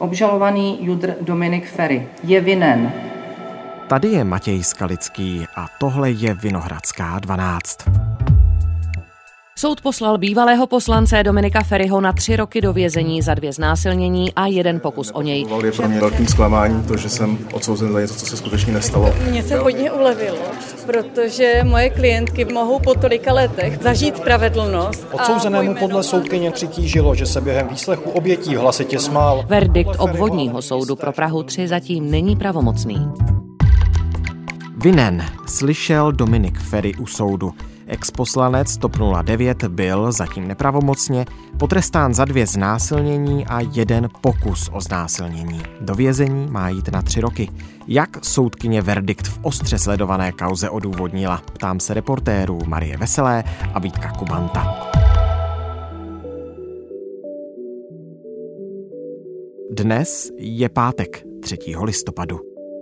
Obžalovaný judr Dominik Feri je vinen. Tady je Matěj Skalický a tohle je Vinohradská 12. Soud poslal bývalého poslance Dominika Feriho na 3 roky do vězení za 2 znásilnění a 1 pokus o něj. Je pro mě velkým zklamáním to, že jsem odsouzen za něco, co se skutečně nestalo. Mně se hodně ulevilo, protože moje klientky mohou po tolika letech zažít spravedlnost. Odsouzenému podle soudkyně přitížilo, že se během výslechu obětí hlasitě smál. Verdikt obvodního soudu pro Prahu 3 zatím není pravomocný. Vinen, slyšel Dominik Feri u soudu. Exposlanec TOP 09 byl zatím nepravomocně potrestán za 2 znásilnění a 1 pokus o znásilnění. Do vězení má jít na 3 roky. Jak soudkyně verdikt v ostře sledované kauze odůvodnila? Ptám se reportérů Marie Veselé a Vítka Kubanta. Dnes je pátek, 3. listopadu.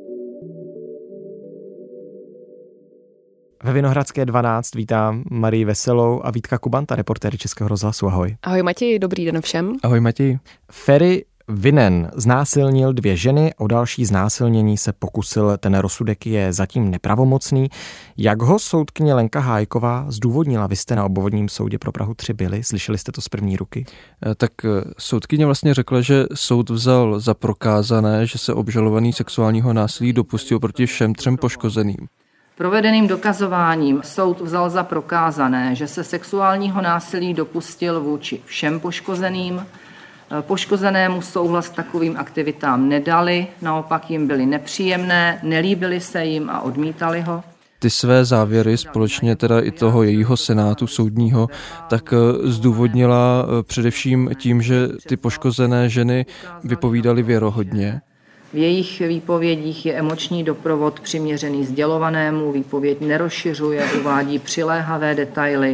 Ve Vinohradské 12 vítám Marii Veselou a Vítka Kubanta, reportéry Českého rozhlasu. Ahoj. Ahoj Matěj, dobrý den všem. Ahoj Matěj. Feri vinen znásilnil 2 ženy, o další znásilnění se pokusil, ten rozsudek je zatím nepravomocný. Jak ho soudkyně Lenka Hájková zdůvodnila? Vy jste na obvodním soudě pro Prahu 3 byli, slyšeli jste to z první ruky? Tak soudkyně vlastně řekla, že soud vzal za prokázané, že se obžalovaný sexuálního násilí dopustil proti všem 3 poškozeným. Provedeným dokazováním soud vzal za prokázané, že se sexuálního násilí dopustil vůči všem poškozeným. Poškozenému souhlas k takovým aktivitám nedali, naopak jim byly nepříjemné, nelíbily se jim a odmítali ho. Ty své závěry společně teda i toho jejího senátu soudního tak zdůvodnila především tím, že ty poškozené ženy vypovídaly věrohodně. V jejich výpovědích je emoční doprovod přiměřený sdělovanému, výpověď nerozšiřuje, uvádí přiléhavé detaily,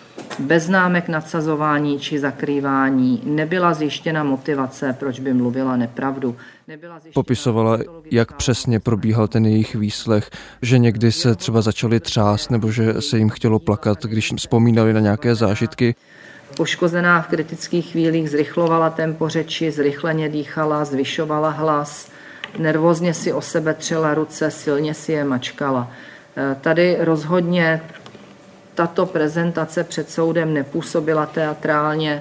bez známek nadsazování či zakrývání, nebyla zjištěna motivace, proč by mluvila nepravdu. Popisovala, jak přesně probíhal ten jejich výslech, že někdy se třeba začali třást nebo že se jim chtělo plakat, když vzpomínali na nějaké zážitky. Poškozená v kritických chvílích zrychlovala tempo řeči, zrychleně dýchala, zvyšovala hlas, nervózně si o sebe třela ruce, silně si je mačkala. Tady rozhodně tato prezentace před soudem nepůsobila teatrálně,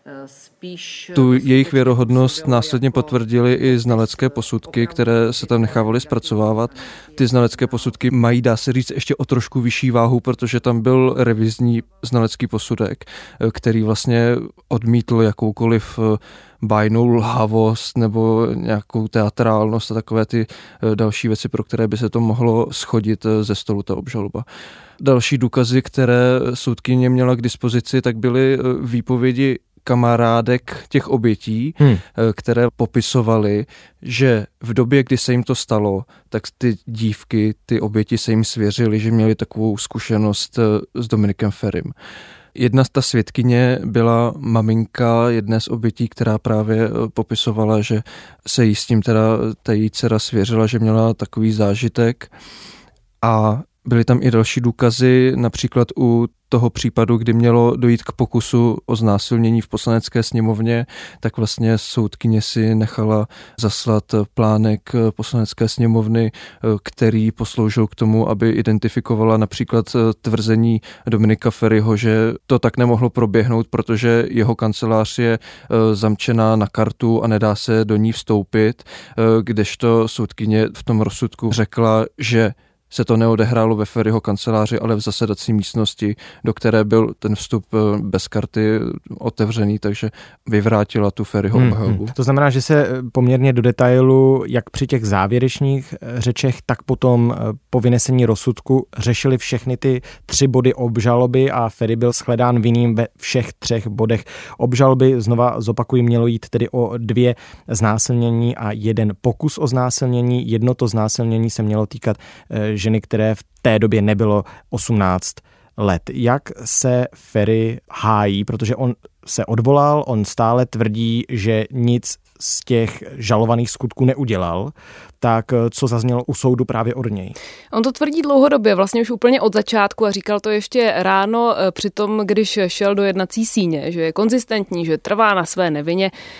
spíš... Tu jejich věrohodnost následně potvrdily i znalecké posudky, které se tam nechávaly zpracovávat. Ty znalecké posudky mají, dá se říct, ještě o trošku vyšší váhu, protože tam byl revizní znalecký posudek, který vlastně odmítl jakoukoliv bajnou lhavost nebo nějakou teatrálnost a takové ty další věci, pro které by se to mohlo schodit ze stolu ta obžaloba. Další důkazy, které soudkyně měla k dispozici, tak byly výpovědi kamarádek těch obětí, které popisovaly, že v době, kdy se jim to stalo, tak ty dívky, ty oběti se jim svěřily, že měli takovou zkušenost s Dominikem Ferim. Jedna z ta svědkyně byla maminka jedné z obětí, která právě popisovala, že se jí s tím teda ta její dcera svěřila, že měla takový zážitek. A byly tam i další důkazy, například u toho případu, kdy mělo dojít k pokusu o znásilnění v Poslanecké sněmovně, tak vlastně soudkyně si nechala zaslat plánek Poslanecké sněmovny, který posloužil k tomu, aby identifikovala například tvrzení Dominika Feriho, že to tak nemohlo proběhnout, protože jeho kancelář je zamčená na kartu a nedá se do ní vstoupit, kdežto soudkyně v tom rozsudku řekla, že se to neodehrálo ve Feriho kanceláři, ale v zasedací místnosti, do které byl ten vstup bez karty otevřený, takže vyvrátila tu Feriho obhajobu. To znamená, že se poměrně do detailu, jak při těch závěrečných řečech, tak potom po vynesení rozsudku řešili všechny ty 3 body obžaloby a Feri byl shledán vinným ve všech 3 bodech obžaloby. Znova zopakuji, mělo jít tedy o 2 znásilnění a 1 pokus o znásilnění. Jedno to znásilnění se mělo týkat ženy, které v té době nebylo 18 let. Jak se Feri hájí, protože on se odvolal, on stále tvrdí, že nic z těch žalovaných skutků neudělal, tak co zaznělo u soudu právě od něj? On to tvrdí dlouhodobě, vlastně už úplně od začátku a říkal to ještě ráno při tom, když šel do jednací síně, že je konzistentní, že trvá na své nevině.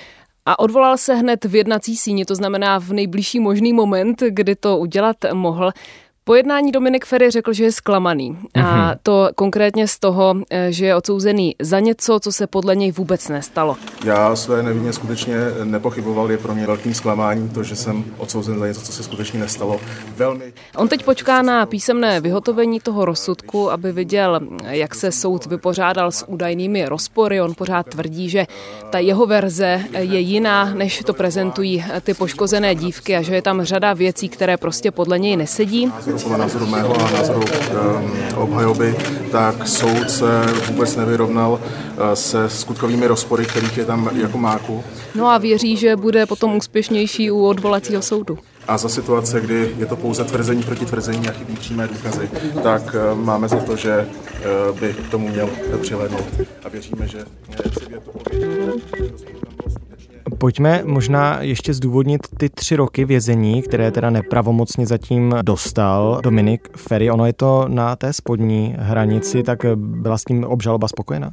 A odvolal se hned v jednací síni, to znamená v nejbližší možný moment, kdy to udělat mohl. Po jednání Dominik Feri řekl, že je zklamaný. A to konkrétně z toho, že je odsouzený za něco, co se podle něj vůbec nestalo. Já své nevině skutečně nepochyboval, je pro mě velkým zklamáním to, že jsem odsouzen za něco, co se skutečně nestalo. On teď počká na písemné vyhotovení toho rozsudku, aby viděl, jak se soud vypořádal s údajnými rozpory. On pořád tvrdí, že ta jeho verze je jiná, než to prezentují ty poškozené dívky a že je tam řada věcí, které prostě podle něj nesedí. Podle názoru mého a názoru obhajoby, tak soud se vůbec nevyrovnal se skutkovými rozpory, kterých je tam jako máku. No a věří, že bude potom úspěšnější u odvolacího soudu. A za situace, kdy je to pouze tvrzení proti tvrzení a chybí přímé důkazy, tak máme za to, že by k tomu měl přihlédnout. A věříme, že si větu Pojďme možná ještě zdůvodnit ty 3 roky vězení, které teda nepravomocně zatím dostal Dominik Feri. Ono je to na té spodní hranici, tak byla s tím obžaloba spokojená?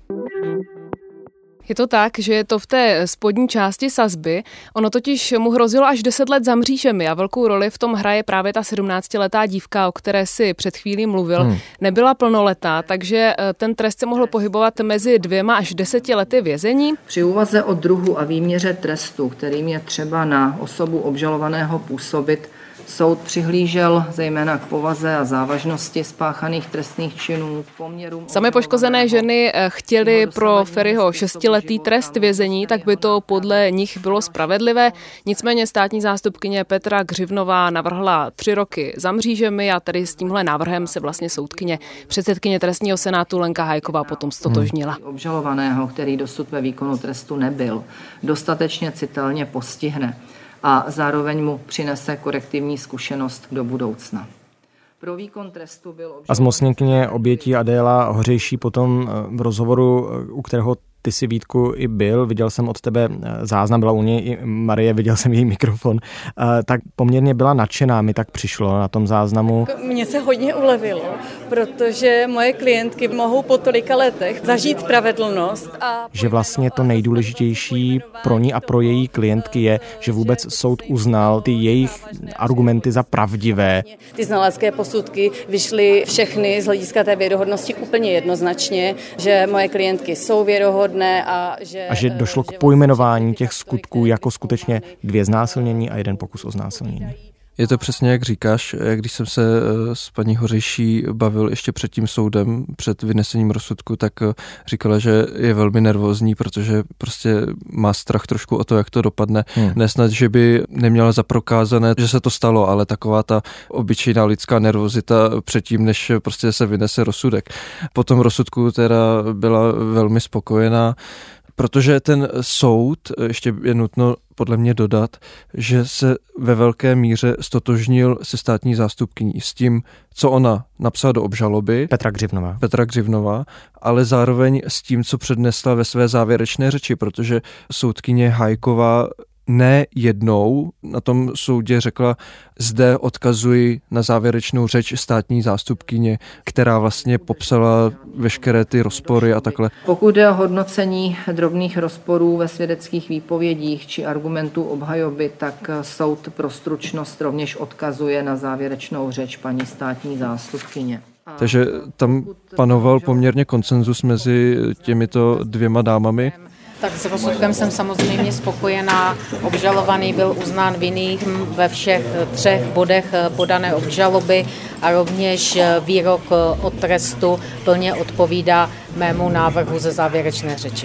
Je to tak, že je to v té spodní části sazby. Ono totiž mu hrozilo až 10 let za mřížemi a velkou roli v tom hraje právě ta 17letá dívka, o které si před chvílí mluvil. Nebyla plnoletá, takže ten trest se mohl pohybovat mezi 2 až 10 lety vězení. Při úvaze o druhu a výměře trestu, kterým je třeba na osobu obžalovaného působit, soud přihlížel zejména k povaze a závažnosti spáchaných trestných činů, poměrům. Samé poškozené ženy chtěli pro Feriho 6letý trest vězení, tak by to podle nich bylo spravedlivé. Nicméně státní zástupkyně Petra Gřivnová navrhla 3 roky za mřížemi a tedy s tímhle návrhem se vlastně soudkyně, předsedkyně trestního senátu Lenka Hajková potom stotožnila. Obžalovaného, který dosud ve výkonu trestu nebyl, dostatečně citelně postihne a zároveň mu přinese korektivní zkušenost do budoucna. Pro výkon trestu byl A zmocněnkyně obětí Adéla Hořejší potom v rozhovoru, u kterého ty si, Vítku, i byl, viděl jsem od tebe záznam, byla u něj i Marie, viděl jsem její mikrofon, tak poměrně byla nadšená, mi tak přišlo na tom záznamu. Mně se hodně ulevilo, protože moje klientky mohou po tolika letech zažít spravedlnost. Že vlastně to nejdůležitější pro ní a pro její klientky je, že vůbec soud uznal ty jejich argumenty za pravdivé. Ty znalecké posudky vyšly všechny z hlediska té věrohodnosti úplně jednoznačně, že moje klientky jsou věrohodné. A že došlo k pojmenování těch skutků jako skutečně 2 znásilnění a 1 pokus o znásilnění. Je to přesně jak říkáš, když jsem se s paní Hořejší bavil ještě před tím soudem, před vynesením rozsudku, tak říkala, že je velmi nervózní, protože prostě má strach trošku o to, jak to dopadne. Nesnad, že by neměla zaprokázané, že se to stalo, ale taková ta obyčejná lidská nervozita předtím, než prostě se vynese rozsudek. Po tom rozsudku teda byla velmi spokojená, protože ten soud, ještě je nutno podle mě dodat, že se ve velké míře stotožnil se státní zástupkyní s tím, co ona napsala do obžaloby. Petra Gřivnová, ale zároveň s tím, co přednesla ve své závěrečné řeči, protože soudkyně Hajková ne jednou na tom soudě řekla, zde odkazuji na závěrečnou řeč státní zástupkyně, která vlastně popsala veškeré ty rozpory a takhle. Pokud je o hodnocení drobných rozporů ve svědeckých výpovědích či argumentů obhajoby, tak soud pro stručnost rovněž odkazuje na závěrečnou řeč paní státní zástupkyně. Takže tam panoval poměrně konsenzus mezi těmito 2 dámami. Tak s rozsudkem jsem samozřejmě spokojená. Obžalovaný byl uznán vinným ve všech 3 bodech podané obžaloby a rovněž výrok o trestu plně odpovídá mému návrhu ze závěrečné řeči.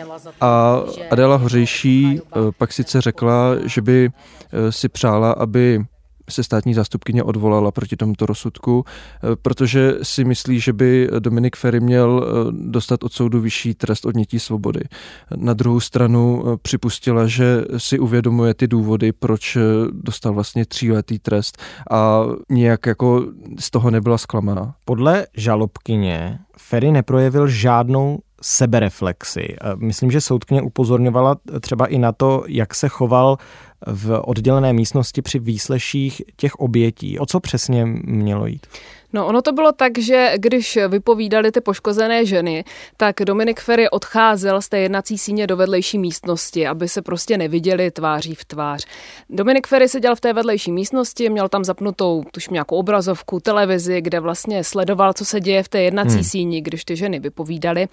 A Adéla Hořejší pak sice řekla, že by si přála, aby se státní zástupkyně odvolala proti tomuto rozsudku, protože si myslí, že by Dominik Feri měl dostat od soudu vyšší trest odnětí svobody. Na druhou stranu připustila, že si uvědomuje ty důvody, proč dostal vlastně 3letý trest a nějak jako z toho nebyla zklamaná. Podle žalobkyně Feri neprojevil žádnou sebereflexi. Myslím, že soudkyně upozorňovala třeba i na to, jak se choval v oddělené místnosti při výsleších těch obětí. O co přesně mělo jít? No ono to bylo tak, že když vypovídali ty poškozené ženy, tak Dominik Feri odcházel z té jednací síně do vedlejší místnosti, aby se prostě neviděli tváří v tvář. Dominik Feri seděl v té vedlejší místnosti, měl tam zapnutou tuším nějakou obrazovku, televizi, kde vlastně sledoval, co se děje v té jednací síni, když ty ženy vypovídaly.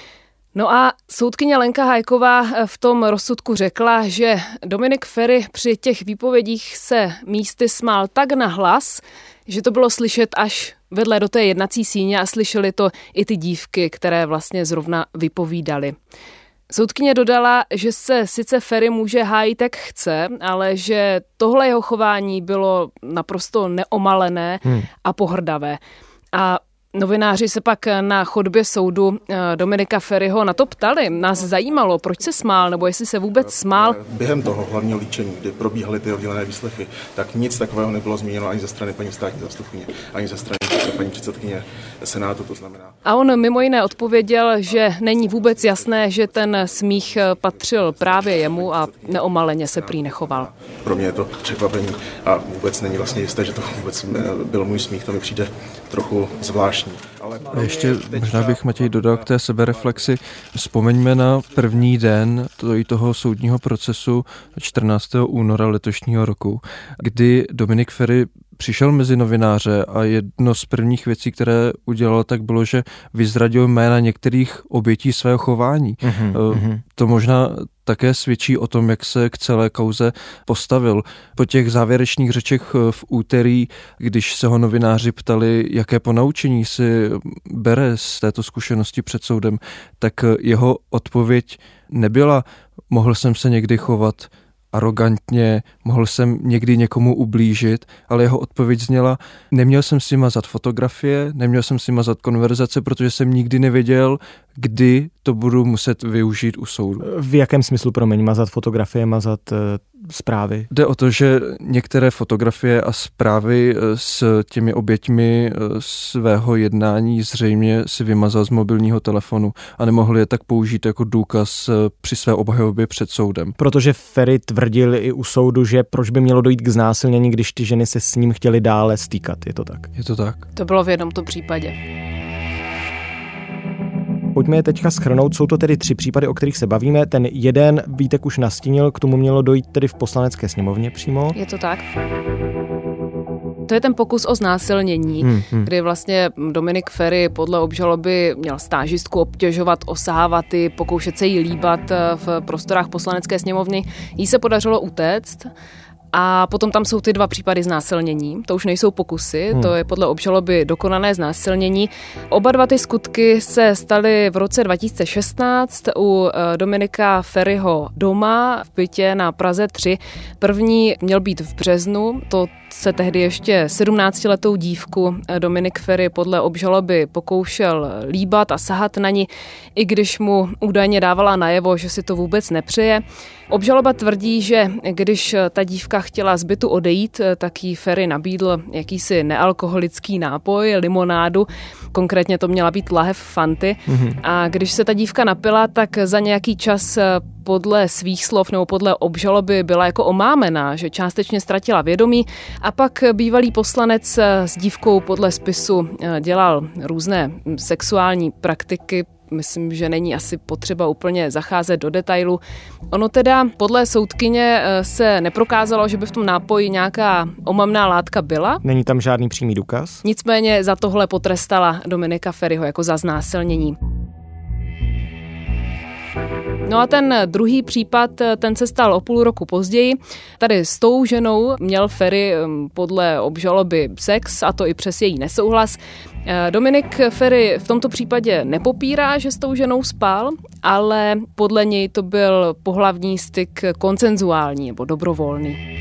No a soudkyně Lenka Hajková v tom rozsudku řekla, že Dominik Feri při těch výpovědích se místy smál tak nahlas, že to bylo slyšet až vedle do té jednací síně a slyšeli to i ty dívky, které vlastně zrovna vypovídaly. Soudkyně dodala, že se sice Feri může hájit jak chce, ale že tohle jeho chování bylo naprosto neomalené a pohrdavé. A novináři se pak na chodbě soudu Dominika Feriho na to ptali. Nás zajímalo, proč se smál, nebo jestli se vůbec smál. Během toho hlavního líčení, kdy probíhaly ty oddělené výslechy, tak nic takového nebylo zmíněno ani ze strany paní státní zástupkyně, ani ze strany paní předsedkyně Senátu, to znamená. A on mimo jiné odpověděl, že není vůbec jasné, že ten smích patřil právě jemu a neomaleně se prý nechoval. Pro mě je to překvapení a vůbec není vlastně jisté, že to vůbec byl můj smích, to mi přijde trochu zvláštní. A ještě možná bych, Matěj, dodal k té sebereflexi. Vzpomeňme na první den toho soudního procesu 14. února letošního roku, kdy Dominik Feri přišel mezi novináře a jedno z prvních věcí, které udělal, tak bylo, že vyzradil jména některých obětí svého chování. To možná také svědčí o tom, jak se k celé kauze postavil. Po těch závěrečných řečech v úterý, když se ho novináři ptali, jaké ponaučení si bere z této zkušenosti před soudem, tak jeho odpověď nebyla: mohl jsem se někdy chovat arogantně, mohl jsem někdy někomu ublížit, ale jeho odpověď zněla: neměl jsem si mazat fotografie, neměl jsem si mazat konverzace, protože jsem nikdy nevěděl, kdy to budu muset využít u soudu. V jakém smyslu, promiň, mazat fotografie, mazat zprávy? Jde o to, že některé fotografie a zprávy s těmi oběťmi svého jednání zřejmě si vymazal z mobilního telefonu a nemohl je tak použít jako důkaz při své obhajobě před soudem. Protože Feri tvrdil i u soudu, že proč by mělo dojít k znásilnění, když ty ženy se s ním chtěly dále stýkat. Je to tak? Je to tak. To bylo v jednom tom případě. Pojďme je teďka shrnout, jsou to tedy 3 případy, o kterých se bavíme. Ten jeden Vítek už nastínil, k tomu mělo dojít tedy v Poslanecké sněmovně přímo. Je to tak. To je ten pokus o znásilnění, kdy vlastně Dominik Feri podle obžaloby měl stážistku obtěžovat, osahávat i, pokoušet se jí líbat v prostorách Poslanecké sněmovny. Jí se podařilo utéct. A potom tam jsou ty 2 případy znásilnění. To už nejsou pokusy, to je podle obžaloby dokonané znásilnění. Oba 2 ty skutky se staly v roce 2016 u Dominika Feriho doma v bytě na Praze 3. První měl být v březnu, to se tehdy ještě 17letou dívku Dominik Feri podle obžaloby pokoušel líbat a sahat na ní, i když mu údajně dávala najevo, že si to vůbec nepřeje. Obžaloba tvrdí, že když ta dívka chtěla z bytu odejít, tak jí Feri nabídl jakýsi nealkoholický nápoj, limonádu, konkrétně to měla být lahev Fanty. A když se ta dívka napila, tak za nějaký čas podle svých slov nebo podle obžaloby byla jako omámená, že částečně ztratila vědomí a pak bývalý poslanec s dívkou podle spisu dělal různé sexuální praktiky. Myslím, že není asi potřeba úplně zacházet do detailu. Ono teda podle soudkyně se neprokázalo, že by v tom nápoji nějaká omamná látka byla. Není tam žádný přímý důkaz. Nicméně za tohle potrestala Dominika Feriho jako za znásilnění. No a ten druhý případ, ten se stal o půl roku později. Tady s tou ženou měl Feri podle obžaloby sex, a to i přes její nesouhlas. Dominik Feri v tomto případě nepopírá, že s tou ženou spal, ale podle něj to byl pohlavní styk konsenzuální nebo dobrovolný.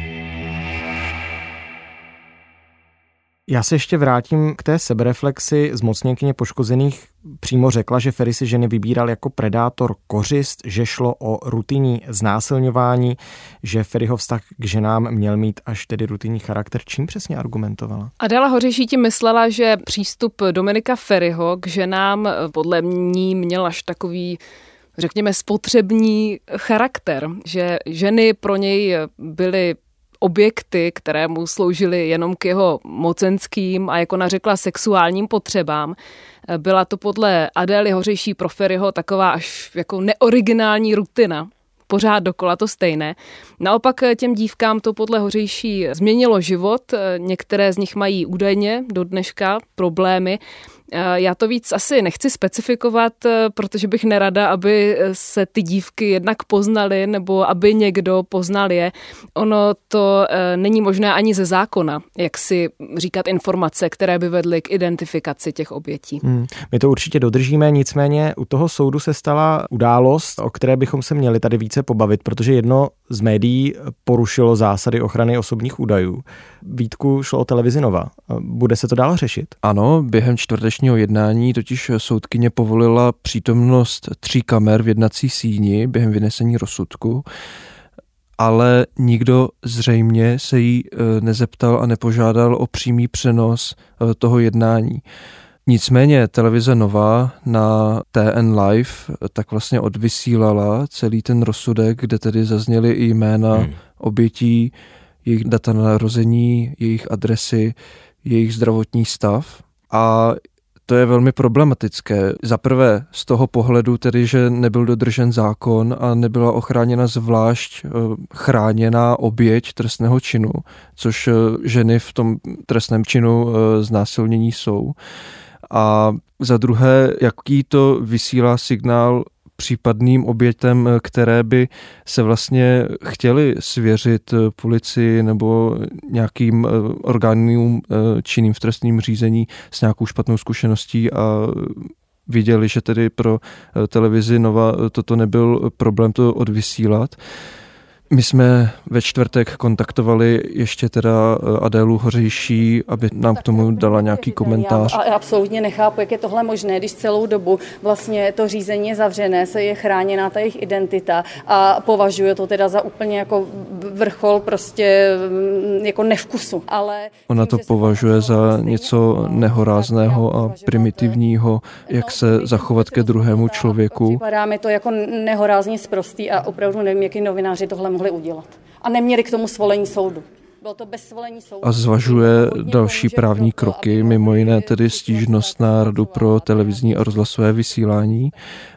Já se ještě vrátím k té sebereflexi. Zmocněnkyně poškozených přímo řekla, že Feri si ženy vybíral jako predátor kořist, že šlo o rutinní znásilňování, že Feriho vztah k ženám měl mít až tedy rutinní charakter. Čím přesně argumentovala? Adela Hořeší tím myslela, že přístup Dominika Feriho k ženám podle ní měl až takový řekněme, spotřební charakter, že ženy pro něj byly objekty, které mu sloužily jenom k jeho mocenským a jako nařekla sexuálním potřebám. Byla to podle Adély Hořejší pro Ferryho taková až jako neoriginální rutina. Pořád dokola to stejné. Naopak těm dívkám to podle Hořejší změnilo život. Některé z nich mají údajně do dneška problémy. Já to víc asi nechci specifikovat, protože bych nerada, aby se ty dívky jednak poznaly nebo aby někdo poznal je. Ono to není možné ani ze zákona, jak si říkat informace, které by vedly k identifikaci těch obětí. My to určitě dodržíme, nicméně u toho soudu se stala událost, o které bychom se měli tady více pobavit, protože jedno z médií porušilo zásady ochrany osobních údajů. Vítku, šlo o televizi Nova. Bude se to dál řešit? Ano, během čtvrtečního jednání totiž soudkyně povolila přítomnost 3 kamer v jednací síni během vynesení rozsudku, ale nikdo zřejmě se jí nezeptal a nepožádal o přímý přenos toho jednání. Nicméně televize Nova na TN Live tak vlastně odvysílala celý ten rozsudek, kde tedy zazněly i jména obětí, jejich data narození, jejich adresy, jejich zdravotní stav. A to je velmi problematické. Za prvé z toho pohledu tedy, že nebyl dodržen zákon a nebyla ochráněna zvlášť chráněná oběť trestného činu, což ženy v tom trestném činu znásilnění jsou. A za druhé, jaký to vysílá signál případným obětem, které by se vlastně chtěli svěřit policii nebo nějakým orgánům činným v trestním řízení s nějakou špatnou zkušeností a viděli, že tedy pro televizi Nova toto nebyl problém to odvysílat. My jsme ve čtvrtek kontaktovali ještě teda Adélu Hořejší, aby nám k tomu dala nějaký komentář. Já absolutně nechápu, jak je tohle možné, když celou dobu vlastně to řízení je zavřené, se je chráněná ta jejich identita a považuje to teda za úplně jako vrchol prostě jako nevkusu. Ale ona to považuje za něco nehorázného a primitivního, jak se zachovat ke druhému člověku. Připadá mi to jako nehorázně sprostý a opravdu nevím, jaký novináři tohle mohli udělat. A neměli k tomu svolení soudu. Bylo to bez svolení soudu. A zvažuje další právní kroky, mimo jiné tedy stížnost na Radu pro televizní a rozhlasové vysílání.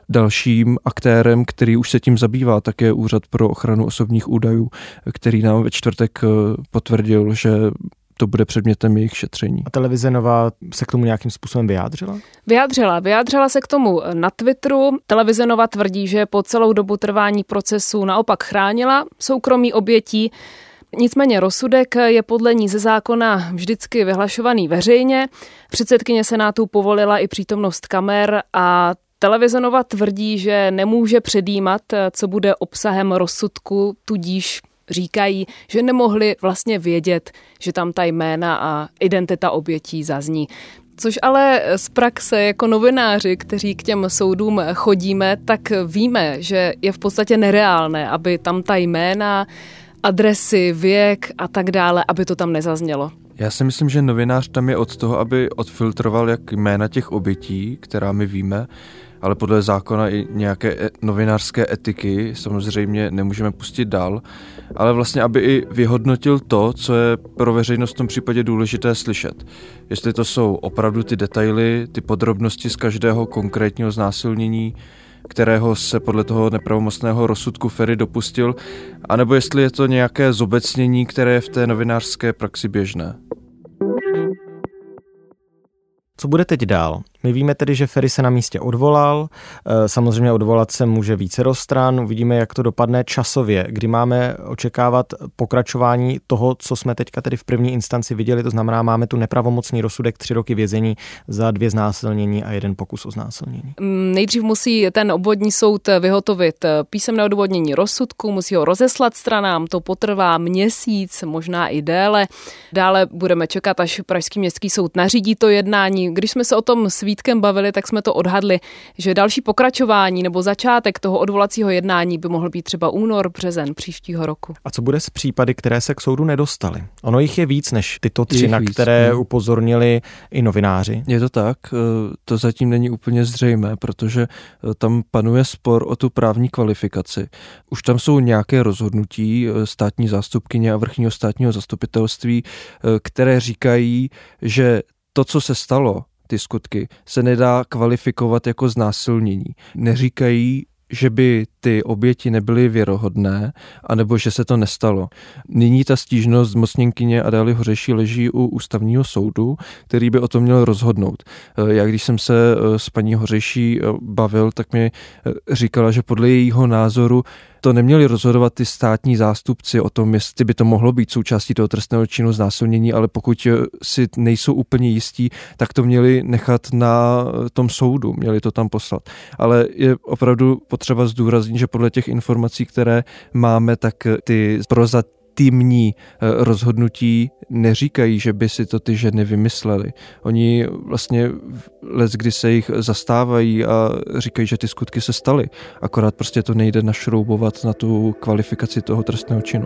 Dalším aktérem, který už se tím zabývá, tak je Úřad pro ochranu osobních údajů, který nám ve čtvrtek potvrdil, že to bude předmětem jejich šetření. A televize Nova se k tomu nějakým způsobem vyjádřila? Vyjádřila se k tomu na Twitteru. Televize Nova tvrdí, že po celou dobu trvání procesu naopak chránila soukromí obětí. Nicméně rozsudek je podle ní ze zákona vždycky vyhlašovaný veřejně. Předsedkyně Senátu povolila i přítomnost kamer a televize Nova tvrdí, že nemůže předjímat, co bude obsahem rozsudku, tudíž říkají, že nemohli vlastně vědět, že tam ta jména a identita obětí zazní. Což ale z praxe jako novináři, kteří k těm soudům chodíme, tak víme, že je v podstatě nereálné, aby tam ta jména, adresy, věk a tak dále, aby to tam nezaznělo. Já si myslím, že novinář tam je od toho, aby odfiltroval jak jména těch obětí, která my víme, ale podle zákona i nějaké novinářské etiky samozřejmě nemůžeme pustit dál, ale vlastně, aby i vyhodnotil to, co je pro veřejnost v tom případě důležité slyšet. Jestli to jsou opravdu ty detaily, ty podrobnosti z každého konkrétního znásilnění, kterého se podle toho nepravomocného rozsudku Ferry dopustil, anebo jestli je to nějaké zobecnění, které je v té novinářské praxi běžné. Co bude teď dál? My víme tedy, že Ferry se na místě odvolal, samozřejmě odvolat se může vícero stran, uvidíme, jak to dopadne časově, kdy máme očekávat pokračování toho, co jsme teďka tedy v první instanci viděli, to znamená, máme tu nepravomocný rozsudek 3 roky vězení za 2 znásilnění a 1 pokus o znásilnění. Nejdřív musí ten obvodní soud vyhotovit písemné odůvodnění rozsudku, musí ho rozeslat stranám, to potrvá měsíc, možná i déle. Dále budeme čekat, až Pražský městský soud nařídí to jednání. Když jsme se o tom s Vítkem bavili, tak jsme to odhadli, že další pokračování nebo začátek toho odvolacího jednání by mohl být třeba únor, březen příštího roku. A co bude s případy, které se k soudu nedostaly? Ono jich je víc než tyto 3, na které upozornili i novináři. Je to tak, to zatím není úplně zřejmé, protože tam panuje spor o tu právní kvalifikaci. Už tam jsou nějaké rozhodnutí státní zástupkyně a vrchního státního zastupitelství, které říkají, že to, co se stalo, ty skutky, se nedá kvalifikovat jako znásilnění. Neříkají, že by ty oběti nebyly věrohodné, anebo že se to nestalo. Nyní ta stížnost zmocněnkyně Adély Hořejší leží u ústavního soudu, který by o tom měl rozhodnout. Já když jsem se s paní Hořejší bavil, tak mi říkala, že podle jejího názoru to neměli rozhodovat ty státní zástupci o tom, jestli by to mohlo být součástí toho trestného činu znásilnění, ale pokud si nejsou úplně jistí, tak to měli nechat na tom soudu, měli to tam poslat. Ale je opravdu potřeba zdůraznit, že podle těch informací, které máme, tak ty prozatímní rozhodnutí neříkají, že by si to ty ženy vymysleli. Oni vlastně leckdy se jich zastávají a říkají, že ty skutky se staly. Akorát prostě to nejde našroubovat na tu kvalifikaci toho trestného činu.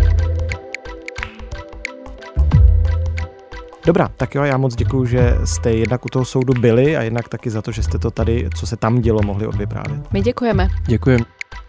Dobrá, tak jo, já moc děkuju, že jste jednak u toho soudu byli a jednak taky za to, že jste to tady, co se tam dělo, mohli odvyprávět. My děkujeme. Děkujeme.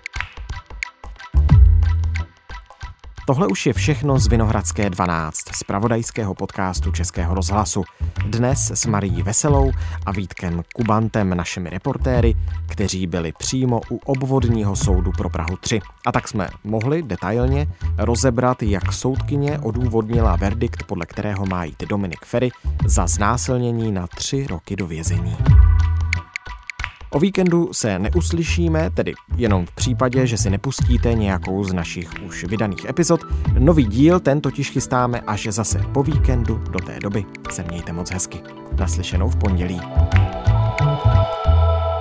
Tohle už je všechno z Vinohradské 12, z zpravodajského podcastu Českého rozhlasu. Dnes s Marií Veselou a Vítkem Kubantem, našimi reportéry, kteří byli přímo u obvodního soudu pro Prahu 3. A tak jsme mohli detailně rozebrat, jak soudkyně odůvodnila verdikt, podle kterého má jít Dominik Feri za znásilnění na 3 roky do vězení. O víkendu se neuslyšíme, tedy jenom v případě, že si nepustíte nějakou z našich už vydaných epizod. Nový díl ten totiž chystáme až zase po víkendu, do té doby se mějte moc hezky. Naslyšenou v pondělí.